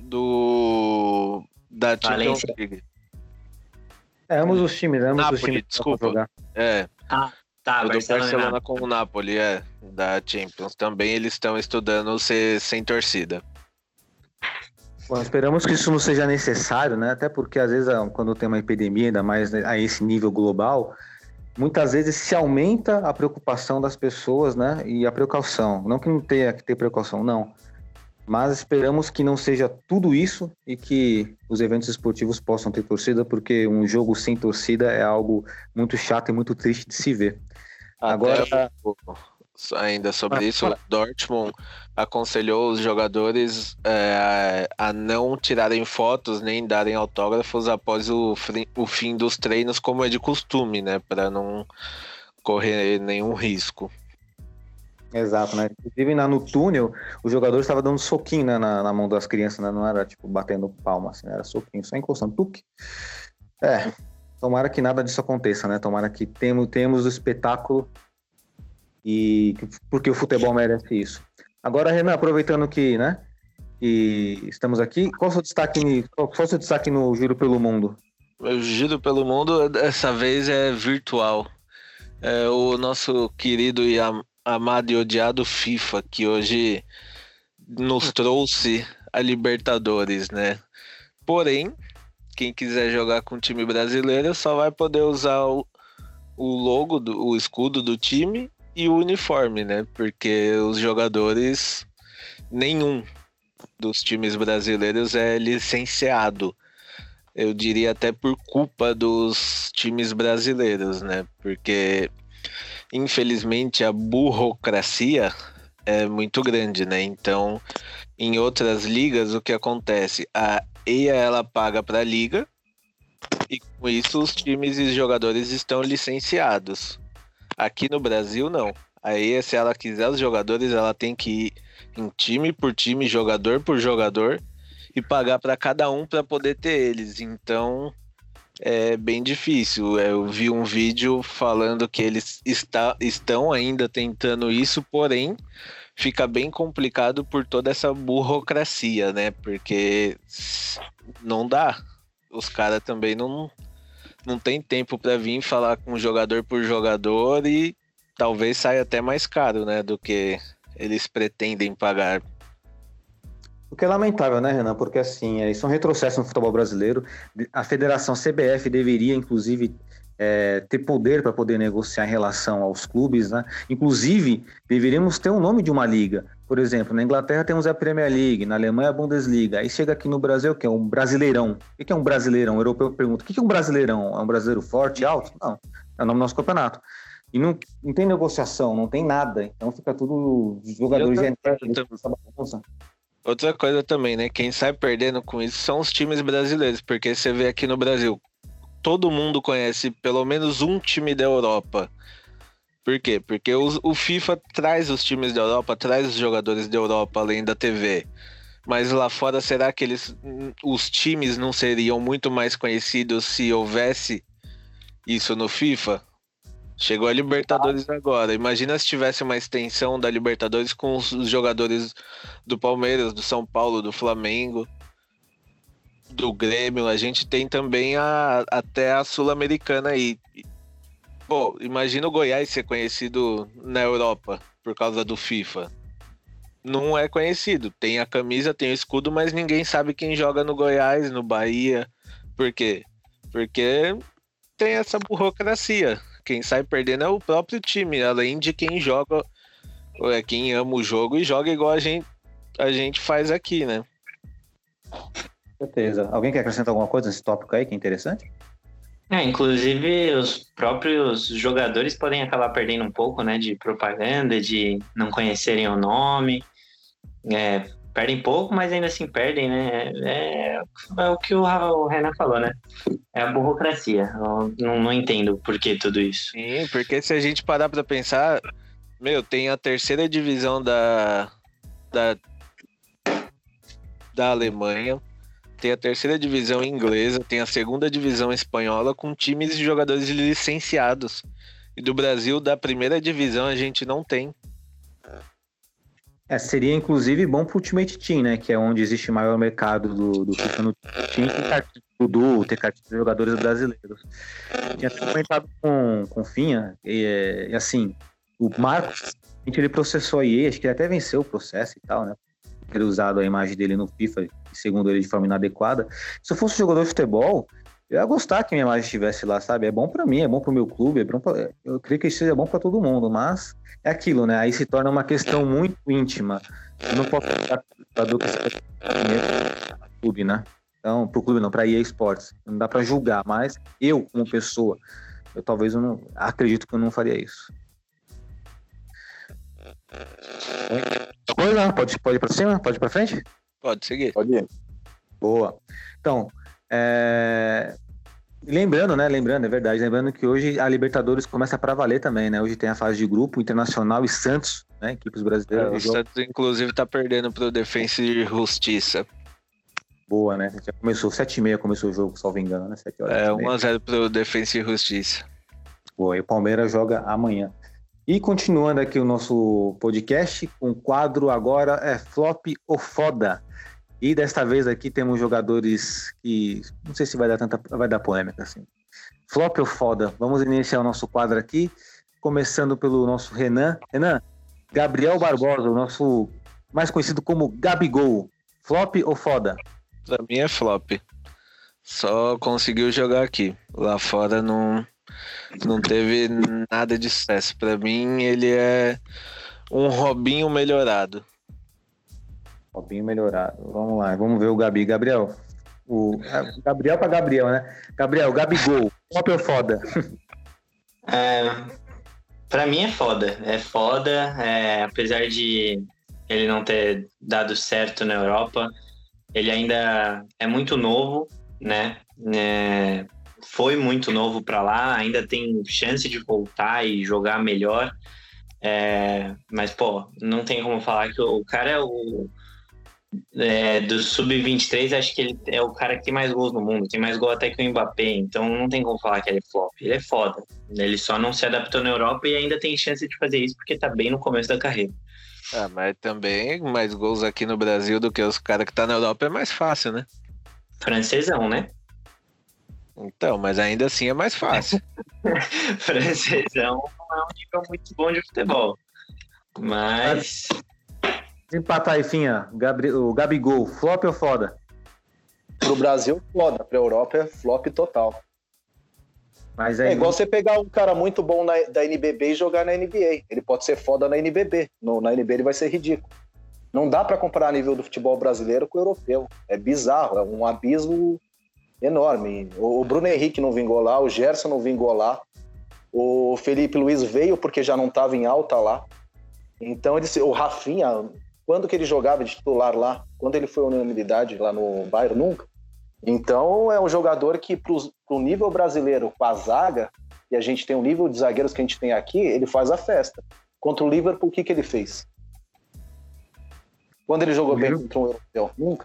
da Champions League. Ambos os times, Napoli, desculpa. Tá, o do Barcelona com o Napoli, da Champions. Também eles estão estudando ser sem torcida. Bom, esperamos que isso não seja necessário, né? Até porque, às vezes, quando tem uma epidemia, ainda mais a esse nível global, muitas vezes se aumenta a preocupação das pessoas, né? E a precaução. Não que não tenha que ter precaução, não. Mas esperamos que não seja tudo isso e que os eventos esportivos possam ter torcida, porque um jogo sem torcida é algo muito chato e muito triste de se ver. Agora... Ainda sobre isso, o Dortmund aconselhou os jogadores a não tirarem fotos nem darem autógrafos após o fim dos treinos, como é de costume, né? Para não correr nenhum risco. Exato, né? Inclusive no túnel, os jogadores estavam dando soquinho, né, na mão das crianças, né? Não era tipo batendo palma, assim, era soquinho, só encostando. Tuque. Tomara que nada disso aconteça, né? Tomara que temos o espetáculo porque o futebol merece isso. Agora, Renan, aproveitando que, né, que estamos aqui, qual foi o seu destaque no Giro pelo Mundo? O Giro pelo Mundo, dessa vez, é virtual. É o nosso querido e amado e odiado FIFA, que hoje nos trouxe a Libertadores, né? Porém, quem quiser jogar com o time brasileiro só vai poder usar o logo, o escudo do time e o uniforme, né? Porque os jogadores, nenhum dos times brasileiros é licenciado. Eu diria até por culpa dos times brasileiros, né? Porque, infelizmente, a burocracia é muito grande, né? Então, em outras ligas, o que acontece? A EIA, ela paga para a liga e, com isso, os times e os jogadores estão licenciados. Aqui no Brasil, não. A EIA, se ela quiser os jogadores, ela tem que ir em time por time, jogador por jogador, e pagar para cada um para poder ter eles. Então é bem difícil. Eu vi um vídeo falando que eles estão ainda tentando isso, porém fica bem complicado por toda essa burocracia, né? Porque não dá. Os caras também não tem tempo para vir falar com jogador por jogador e talvez saia até mais caro, né, do que eles pretendem pagar. O que é lamentável, né, Renan? Porque, assim, isso é um retrocesso no futebol brasileiro. A federação CBF deveria, inclusive, ter poder para poder negociar em relação aos clubes, né? Inclusive, deveríamos ter o nome de uma liga. Por exemplo, na Inglaterra temos a Premier League, na Alemanha a Bundesliga. Aí chega aqui no Brasil, que é um brasileirão. O que é um brasileirão? O europeu pergunta, o que é um brasileirão? É um brasileiro forte, alto? Não, é o nome do nosso campeonato. E não tem negociação, não tem nada. Então fica tudo os jogadores essa bagunça. Outra coisa também, né? Quem sai perdendo com isso são os times brasileiros, porque você vê aqui no Brasil, todo mundo conhece pelo menos um time da Europa. Por quê? Porque o FIFA traz os times da Europa, traz os jogadores da Europa além da TV. Mas lá fora, será que os times não seriam muito mais conhecidos se houvesse isso no FIFA? Chegou a Libertadores agora. Imagina se tivesse uma extensão da Libertadores com os jogadores do Palmeiras, do São Paulo, do Flamengo, do Grêmio. A gente tem também até a Sul-Americana aí. Pô, imagina o Goiás ser conhecido na Europa por causa do FIFA. Não é conhecido. Tem a camisa, tem o escudo, mas ninguém sabe quem joga no Goiás, no Bahia. Por quê? Porque tem essa burocracia. Quem sai perdendo é o próprio time, além de quem joga, quem ama o jogo e joga igual a gente faz aqui, né? Certeza. Alguém quer acrescentar alguma coisa nesse tópico aí que é interessante? Inclusive os próprios jogadores podem acabar perdendo um pouco, né, de propaganda, de não conhecerem o nome. Perdem pouco, mas ainda assim perdem, né? É o que o Renan falou, né? É a burocracia. Eu não entendo por que tudo isso. Sim, porque se a gente parar pra pensar, tem a terceira divisão da Alemanha, tem a terceira divisão inglesa, tem a segunda divisão espanhola com times e jogadores licenciados. E do Brasil, da primeira divisão, a gente não tem. Seria inclusive bom pro Ultimate Team, né? Que é onde existe maior mercado do FIFA no Team, ter cartinha de jogadores brasileiros. Tinha até comentado com o Finha, e assim, o Marcos, ele processou a EA, acho que ele até venceu o processo e tal, né? Ter usado a imagem dele no FIFA, segundo ele, de forma inadequada. Se eu fosse jogador de futebol, eu ia gostar que minha imagem estivesse lá, sabe? É bom pra mim, é bom pro meu clube, eu creio que isso seja bom pra todo mundo, mas é aquilo, né? Aí se torna uma questão muito íntima. Eu não posso ficar com esse clube, né? Então, pro clube não, pra EA Sports. Não dá pra julgar, mas eu, como pessoa, eu não acredito que eu não faria isso. Coisa, pode ir pra cima? Pode ir pra frente? Pode seguir. Pode ir. Boa. Então, Lembrando, é verdade, lembrando que hoje a Libertadores começa para valer também, né? Hoje tem a fase de grupo, Internacional e Santos, né? Equipes brasileiras. O Santos, inclusive, tá perdendo pro Defensa e Justiça. Boa, né? Já começou 7h30, começou o jogo, salvo engano, né? 7 horas. 1-0 pro Defensa e Justiça. Boa, e o Palmeiras joga amanhã. E continuando aqui o nosso podcast, com o quadro agora é Flop ou Foda. E desta vez aqui temos jogadores que não sei se vai dar polêmica assim. Flop ou Foda? Vamos iniciar o nosso quadro aqui, começando pelo nosso Renan. Renan, Gabriel Barbosa, o nosso mais conhecido como Gabigol. Flop ou Foda? Pra mim é flop. Só conseguiu jogar aqui. Lá fora não teve nada de sucesso. Pra mim ele é um Robinho melhorado. Robinho melhorado. Vamos lá, vamos ver o Gabi. Gabriel. Gabriel para Gabriel, né? Gabriel, Gabigol. Flop ou Foda? Pra mim é foda. É foda. Apesar de ele não ter dado certo na Europa, ele ainda é muito novo, né? Foi muito novo pra lá, ainda tem chance de voltar e jogar melhor. Mas, pô, não tem como falar que o cara é do Sub-23, acho que ele é o cara que tem mais gols no mundo, tem mais gol até que o Mbappé, então não tem como falar que ele é flop. Ele é foda, ele só não se adaptou na Europa e ainda tem chance de fazer isso porque tá bem no começo da carreira. Mas também mais gols aqui no Brasil do que os caras que tá na Europa é mais fácil, né? Francesão, né? Então, mas ainda assim é mais fácil. Francesão não é um nível muito bom de futebol, mas... Empatar aí, Finha. O Gabigol, flop ou foda? Pro Brasil, foda. Pra Europa é flop total. Mas aí, igual você pegar um cara muito bom da NBB e jogar na NBA. Ele pode ser foda na NBB. Na NBB ele vai ser ridículo. Não dá pra comparar nível do futebol brasileiro com o europeu. É bizarro, é um abismo enorme. O Bruno Henrique não vingou lá, o Gerson não vingou lá. O Felipe Luiz veio porque já não tava em alta lá. Então, o Rafinha... Quando que ele jogava de titular lá? Quando ele foi unanimidade lá no Bayern? Nunca. Então, é um jogador que, pro nível brasileiro, com a zaga, e a gente tem o nível de zagueiros que a gente tem aqui, ele faz a festa. Contra o Liverpool, o que ele fez? Quando ele jogou bem contra um europeu? Nunca.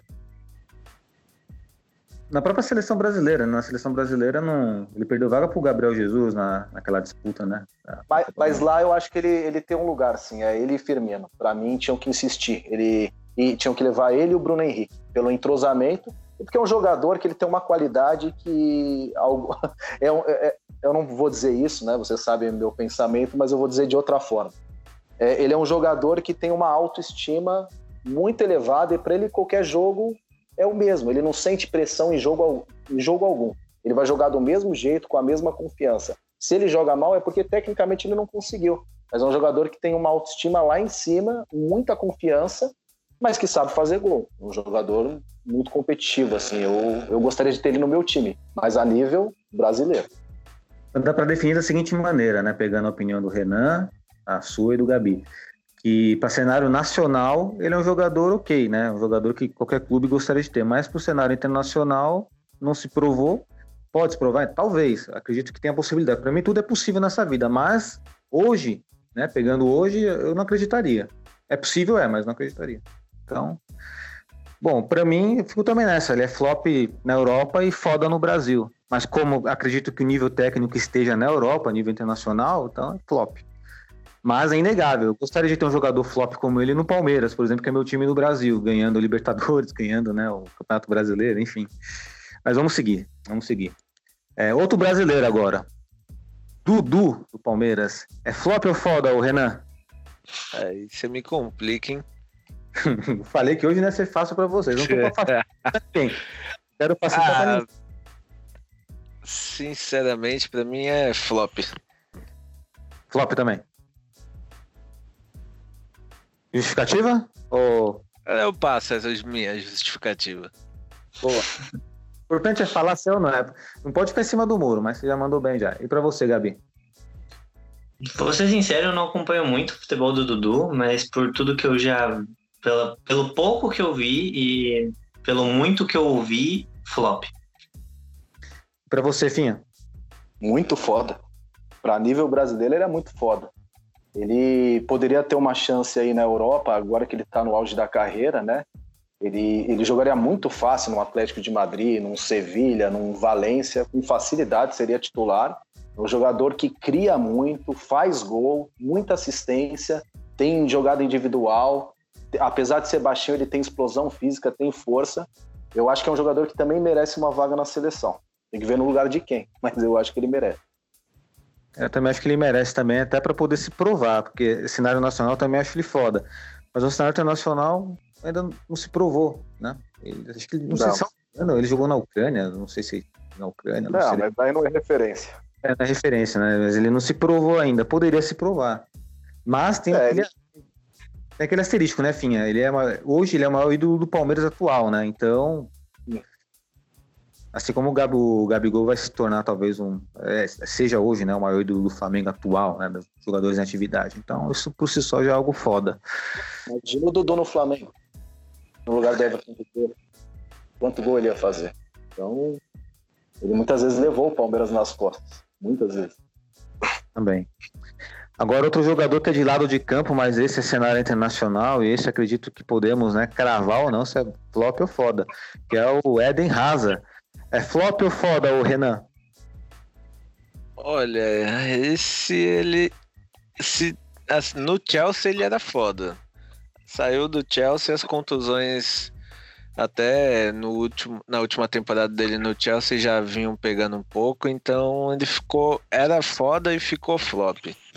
Na própria seleção brasileira, na seleção brasileira, ele perdeu vaga pro Gabriel Jesus naquela disputa, né? Mas lá eu acho que ele tem um lugar, sim. É ele e Firmino. Pra mim, tinham que insistir. E tinham que levar ele e o Bruno Henrique pelo entrosamento, porque é um jogador que ele tem uma qualidade que... eu não vou dizer isso, né? Você sabe o meu pensamento, mas eu vou dizer de outra forma. Ele é um jogador que tem uma autoestima muito elevada e para ele qualquer jogo... é o mesmo, ele não sente pressão em jogo algum. Ele vai jogar do mesmo jeito, com a mesma confiança. Se ele joga mal é porque tecnicamente ele não conseguiu. Mas é um jogador que tem uma autoestima lá em cima, muita confiança, mas que sabe fazer gol. Um jogador muito competitivo, assim. Eu gostaria de ter ele no meu time, mas a nível brasileiro. Dá para definir da seguinte maneira, né? Pegando a opinião do Renan, a sua e do Gabi. Que para cenário nacional ele é um jogador ok, né? Um jogador que qualquer clube gostaria de ter, mas para o cenário internacional não se provou. Pode se provar? Talvez, acredito que tenha possibilidade. Para mim tudo é possível nessa vida, mas hoje, né? Pegando hoje, eu não acreditaria. É possível, mas não acreditaria. Então, bom, para mim, eu fico também nessa. Ele é flop na Europa e foda no Brasil. Mas como acredito que o nível técnico esteja na Europa, nível internacional, então é flop. Mas é inegável. Eu gostaria de ter um jogador flop como ele no Palmeiras, por exemplo, que é meu time no Brasil, ganhando o Libertadores, ganhando, né, o Campeonato Brasileiro, enfim. Mas vamos seguir. Outro brasileiro agora. Dudu, do Palmeiras. É flop ou foda, o Renan? Aí você me complica, hein? Falei que hoje não ia ser fácil pra vocês. Não tô pra facilitar ninguém. Quero facilitar pra ninguém. Sinceramente, pra mim é flop. Flop também. Justificativa? Ou... Eu passo essa minha justificativa. Boa. O importante é falar se ou não é. Não pode ficar em cima do muro, mas você já mandou bem já. E pra você, Gabi? Vou ser sincero, eu não acompanho muito o futebol do Dudu, mas por tudo que eu já... Pelo pouco que eu vi e pelo muito que eu ouvi, flop. Pra você, Finha? Muito foda. Pra nível brasileiro, ele é muito foda. Ele poderia ter uma chance aí na Europa, agora que ele tá no auge da carreira, né? Ele jogaria muito fácil no Atlético de Madrid, num Sevilha, num Valência, com facilidade seria titular. É um jogador que cria muito, faz gol, muita assistência, tem jogada individual. Apesar de ser baixinho, ele tem explosão física, tem força. Eu acho que é um jogador que também merece uma vaga na seleção. Tem que ver no lugar de quem, mas eu acho que ele merece. Eu também acho que ele merece também, até para poder se provar, porque cenário nacional também acho ele foda. Mas o cenário internacional ainda não se provou, né? Acho que não sei se ele jogou na Ucrânia, não sei se na Ucrânia. Não, mas daí não é referência. É, na referência, né? Mas ele não se provou ainda, poderia se provar. Mas tem aquele asterisco, né, Finha? Hoje ele é o maior ídolo do Palmeiras atual, né? Então, assim como o Gabigol vai se tornar talvez seja hoje, né, o maior ídolo do Flamengo atual, né, dos jogadores em atividade. Então, isso por si só já é algo foda. Imagina o Dudu no Flamengo, no lugar do Everton Ribeiro. Quanto gol ele ia fazer? Então, ele muitas vezes levou o Palmeiras nas costas. Muitas vezes. Também. Agora, outro jogador que é de lado de campo, mas esse é cenário internacional, e esse acredito que podemos, né, cravar ou não, se é flop ou foda, que é o Eden Hazard. É flop ou foda, o Renan? Olha, no Chelsea ele era foda. Saiu do Chelsea, as contusões até na última temporada dele no Chelsea já vinham pegando um pouco, então ele era foda e ficou flop.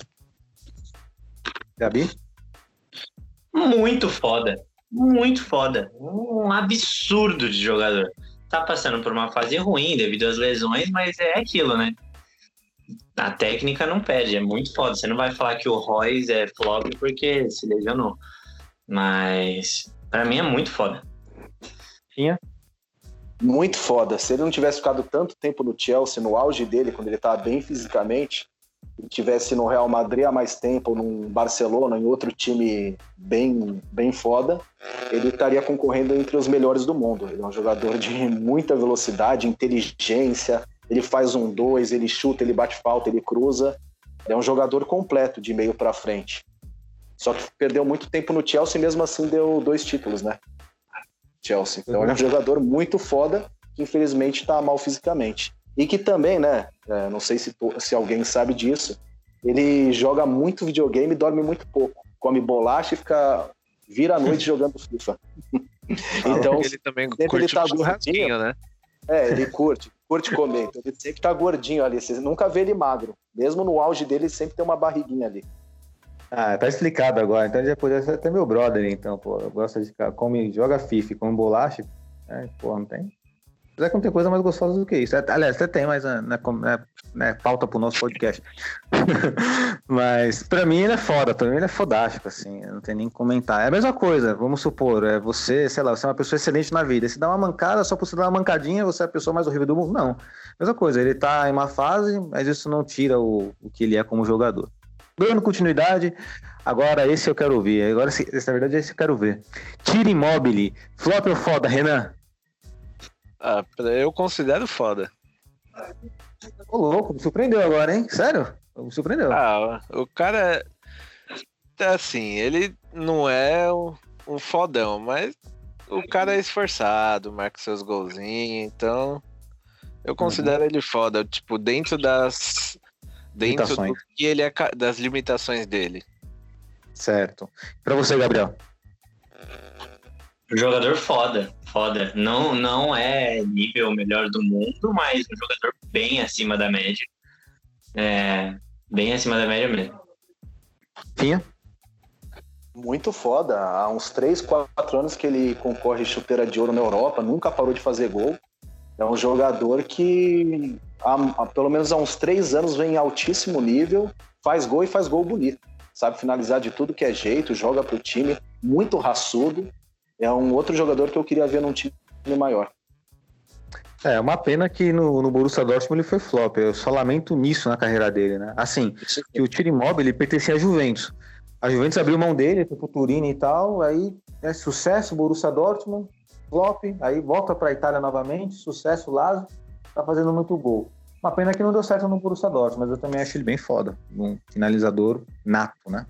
Gabi? Muito foda. Muito foda. Um absurdo de jogador. Tá passando por uma fase ruim devido às lesões, mas é aquilo, né? A técnica não perde, é muito foda. Você não vai falar que o Royce é flop porque se lesionou. Mas pra mim é muito foda. Tinha? Muito foda. Se ele não tivesse ficado tanto tempo no Chelsea, no auge dele, quando ele tava bem fisicamente, e tivesse no Real Madrid há mais tempo, ou num Barcelona, em outro time bem, bem foda, ele estaria concorrendo entre os melhores do mundo. Ele é um jogador de muita velocidade, inteligência, ele faz 1-2, ele chuta, ele bate falta, ele cruza. Ele é um jogador completo de meio pra frente. Só que perdeu muito tempo no Chelsea e mesmo assim deu 2 títulos, né? Chelsea. Então ele é um jogador muito foda, que infelizmente tá mal fisicamente. E que também, né, não sei se alguém sabe disso, ele joga muito videogame e dorme muito pouco. Come bolacha e vira a noite jogando FIFA. Então, ele também curte ele tá churrasquinho, né? Ele curte comer. Então ele sempre tá gordinho ali. Você nunca vê ele magro. Mesmo no auge dele, ele sempre tem uma barriguinha ali. Ah, tá explicado agora. Então ele já podia ser até meu brother, então, pô. Gosta de ficar, joga FIFA e come bolacha. Pô, não tem. Apesar que não tem coisa mais gostosa do que isso. Aliás, até tem, mas não é pauta pro nosso podcast. Mas pra mim ele é foda, pra mim ele é fodástico, assim, não tem nem que comentar. É a mesma coisa, vamos supor, você, sei lá, você é uma pessoa excelente na vida, você dá uma mancada, só por você dar uma mancadinha, você é a pessoa mais horrível do mundo? Não. Mesma coisa, ele tá em uma fase, mas isso não tira o que ele é como jogador. Dando continuidade, agora esse eu quero ouvir, agora na verdade esse eu quero ver. Tiro Immobile, flop ou foda, Renan? Eu considero foda. Ô, louco, me surpreendeu agora, hein? Sério? Me surpreendeu. O cara, assim, ele não é um fodão, mas o cara é esforçado, marca seus golzinhos, então eu considero ele foda, tipo, dentro do que ele é, das limitações dele. Certo. Pra você, Gabriel? Jogador foda. Não é nível melhor do mundo, mas um jogador bem acima da média. Bem acima da média mesmo. Finha? Muito foda. Há uns 3, 4 anos que ele concorre chuteira de ouro na Europa, nunca parou de fazer gol. É um jogador que, pelo menos há uns 3 anos, vem em altíssimo nível, faz gol e faz gol bonito. Sabe finalizar de tudo que é jeito, joga pro time, muito raçudo. É um outro jogador que eu queria ver num time maior. É uma pena que no Borussia Dortmund ele foi flop. Eu só lamento nisso na carreira dele, né? Assim, que o Tiro Immobile pertencia à Juventus. A Juventus abriu mão dele, foi pro Turim e tal, aí sucesso, Borussia Dortmund, flop, aí volta pra Itália novamente, sucesso, Lazio. tá fazendo muito gol. Uma pena que não deu certo no Borussia Dortmund, mas eu também acho ele bem foda. Um finalizador nato, né?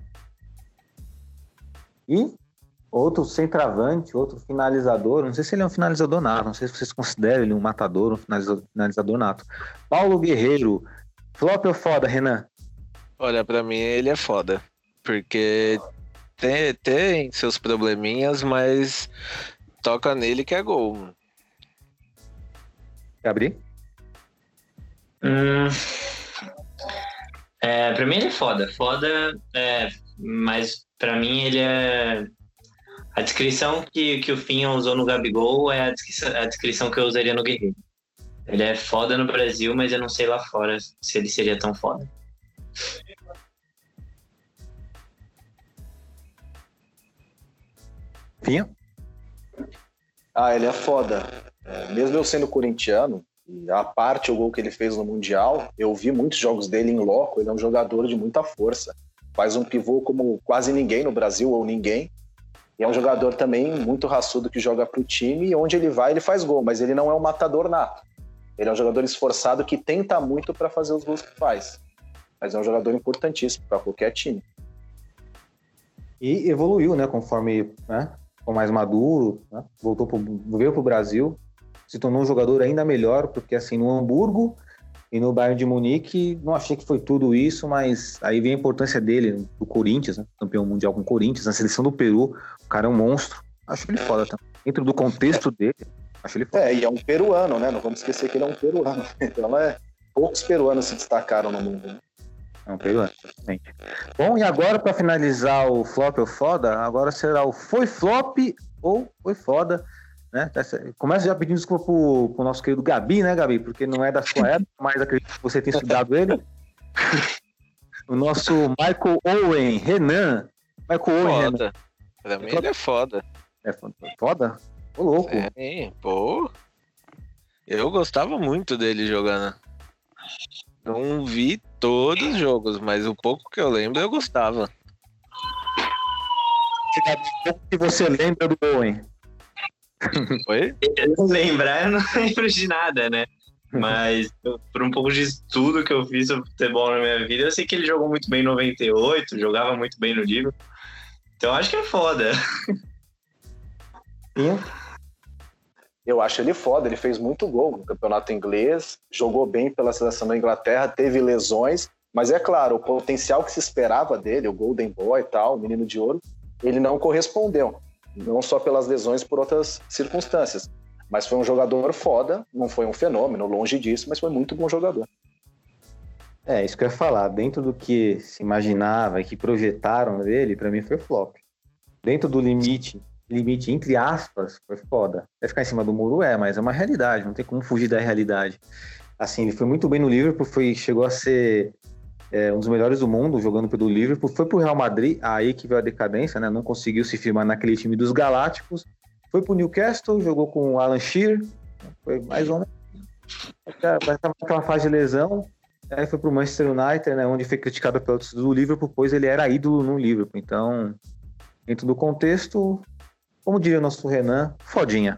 E outro centroavante, outro finalizador, não sei se ele é um finalizador nato, não sei se vocês consideram ele um matador, um finalizador nato. Paulo Guerreiro, flop ou foda, Renan? Olha, pra mim ele é foda, porque tem seus probleminhas, mas toca nele que é gol. Gabriel? Pra mim ele é foda, mas pra mim ele é... A descrição que o Finha usou no Gabigol é a descrição que eu usaria no Guerreiro. Ele é foda no Brasil, mas eu não sei lá fora se ele seria tão foda. Finha? Ele é foda. Mesmo eu sendo corintiano, e a parte o gol que ele fez no Mundial, eu vi muitos jogos dele em loco, ele é um jogador de muita força. Faz um pivô como quase ninguém no Brasil, ou ninguém. E é um jogador também muito raçudo que joga pro time, e onde ele vai, ele faz gol, mas ele não é um matador nato. Ele é um jogador esforçado que tenta muito para fazer os gols que faz. Mas é um jogador importantíssimo para qualquer time. E evoluiu, né, conforme, né, ficou mais maduro, né, veio pro Brasil, se tornou um jogador ainda melhor, porque assim, no Hamburgo e no Bayern de Munique, não achei que foi tudo isso, mas aí vem a importância dele, do Corinthians, né, campeão mundial com o Corinthians, na seleção do Peru, o cara é um monstro, acho ele foda também. Dentro do contexto dele, acho ele foda. E é um peruano, né, não vamos esquecer que ele é um peruano, então poucos peruanos se destacaram no mundo, né? É um peruano, exatamente. Bom, e agora para finalizar o flop ou foda, agora será o foi flop ou foi foda, né? Começa já pedindo desculpa pro nosso querido Gabi, né, Gabi? Porque não é da sua época, mas acredito que você tenha estudado ele. O nosso Michael Owen, Renan. Michael Owen, Foda. Renan. Pra mim ele é foda. É foda? Ô, louco. Pô. Eu gostava muito dele jogando. Não vi todos os jogos, mas o pouco que eu lembro eu gostava. O que você lembra do Owen? Oi? Lembrar, eu não lembro de nada, né? Mas por um pouco de estudo que eu fiz sobre futebol na minha vida, eu sei que ele jogou muito bem em 98, jogava muito bem no Liverpool. Então acho que é foda. Eu acho ele foda, ele fez muito gol no campeonato inglês, jogou bem pela seleção da Inglaterra, teve lesões, mas é claro, o potencial que se esperava dele, o Golden Boy e tal, o Menino de Ouro, ele não correspondeu. Não só pelas lesões, por outras circunstâncias. Mas foi um jogador foda, não foi um fenômeno, longe disso, mas foi muito bom jogador. Isso que eu ia falar. Dentro do que se imaginava e que projetaram dele, pra mim foi flop. Dentro do limite entre aspas, foi foda. Vai ficar em cima do muro, mas é uma realidade, não tem como fugir da realidade. Assim, ele foi muito bem no Liverpool, chegou a ser um dos melhores do mundo jogando pelo Liverpool, foi pro Real Madrid, aí que veio a decadência, né? Não conseguiu se firmar naquele time dos Galácticos, foi pro Newcastle, jogou com o Alan Shearer, foi mais ou menos naquela fase de lesão, aí foi pro Manchester United, né? Onde foi criticado pela torcida do Liverpool, pois ele era ídolo no Liverpool. Então, dentro do contexto, como diria o nosso Renan, fodinha.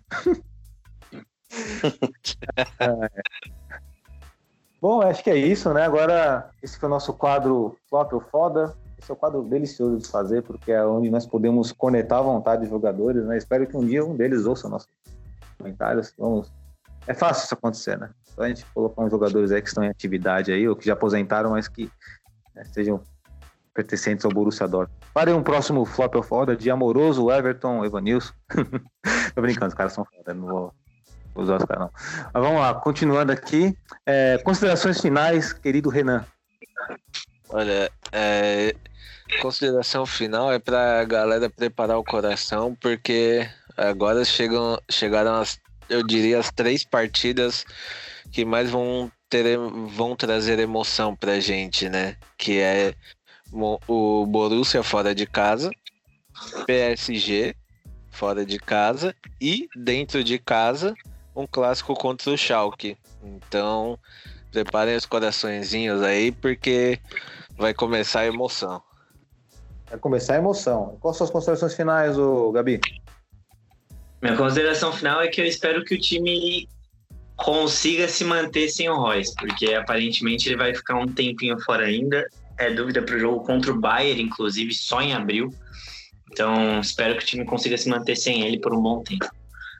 Bom, acho que é isso, né? Agora, esse foi o nosso quadro Flop ou Foda. Esse é o quadro delicioso de fazer, porque é onde nós podemos conectar à vontade de jogadores, né? Espero que um dia um deles ouça nossos comentários. É fácil isso acontecer, né? Só a gente colocar uns jogadores aí que estão em atividade aí, ou que já aposentaram, mas que sejam pertencentes ao Borussia Dortmund. Farei um próximo Flop ou Foda de Amoroso, Everton, Evanilson. Tô brincando, os caras são foda, não vou usar os caras não. Mas vamos lá, continuando aqui. Considerações finais, querido Renan. Olha, consideração final é pra galera preparar o coração, porque agora chegaram eu diria as 3 partidas que mais vão trazer emoção pra gente, né? Que é o Borussia fora de casa, PSG fora de casa e dentro de casa um clássico contra o Schalke. Então preparem os coraçõezinhos aí, porque vai começar a emoção. Vai começar a emoção. Quais são as considerações finais, Gabi? Minha consideração final é que eu espero que o time consiga se manter sem o Reus, porque aparentemente ele vai ficar um tempinho fora ainda. É dúvida para o jogo contra o Bayern, inclusive, só em abril. Então, espero que o time consiga se manter sem ele por um bom tempo.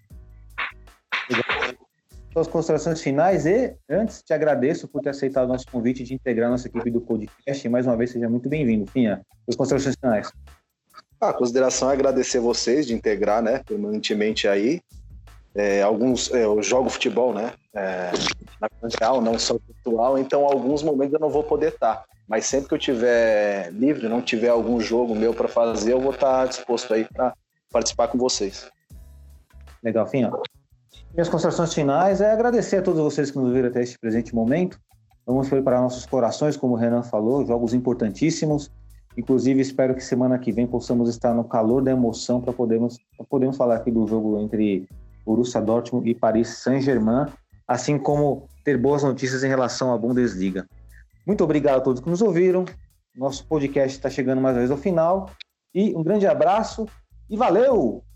Suas considerações finais e, antes, te agradeço por ter aceitado o nosso convite de integrar nossa equipe do podcast. E, mais uma vez, seja muito bem-vindo. Finha, suas considerações finais. A consideração é agradecer vocês de integrar, né, permanentemente aí. Eu jogo futebol, né, na real, não só virtual, então alguns momentos eu não vou poder estar. Mas sempre que eu tiver livre, não tiver algum jogo meu para fazer, eu vou estar disposto aí para participar com vocês. Legal, Finha. Minhas considerações finais é agradecer a todos vocês que nos viram até este presente momento. Vamos preparar nossos corações, como o Renan falou, jogos importantíssimos. Inclusive, espero que semana que vem possamos estar no calor da emoção para podermos falar aqui do jogo entre Borussia Dortmund e Paris Saint-Germain, assim como ter boas notícias em relação à Bundesliga. Muito obrigado a todos que nos ouviram. Nosso podcast está chegando mais uma vez ao final. E um grande abraço e valeu!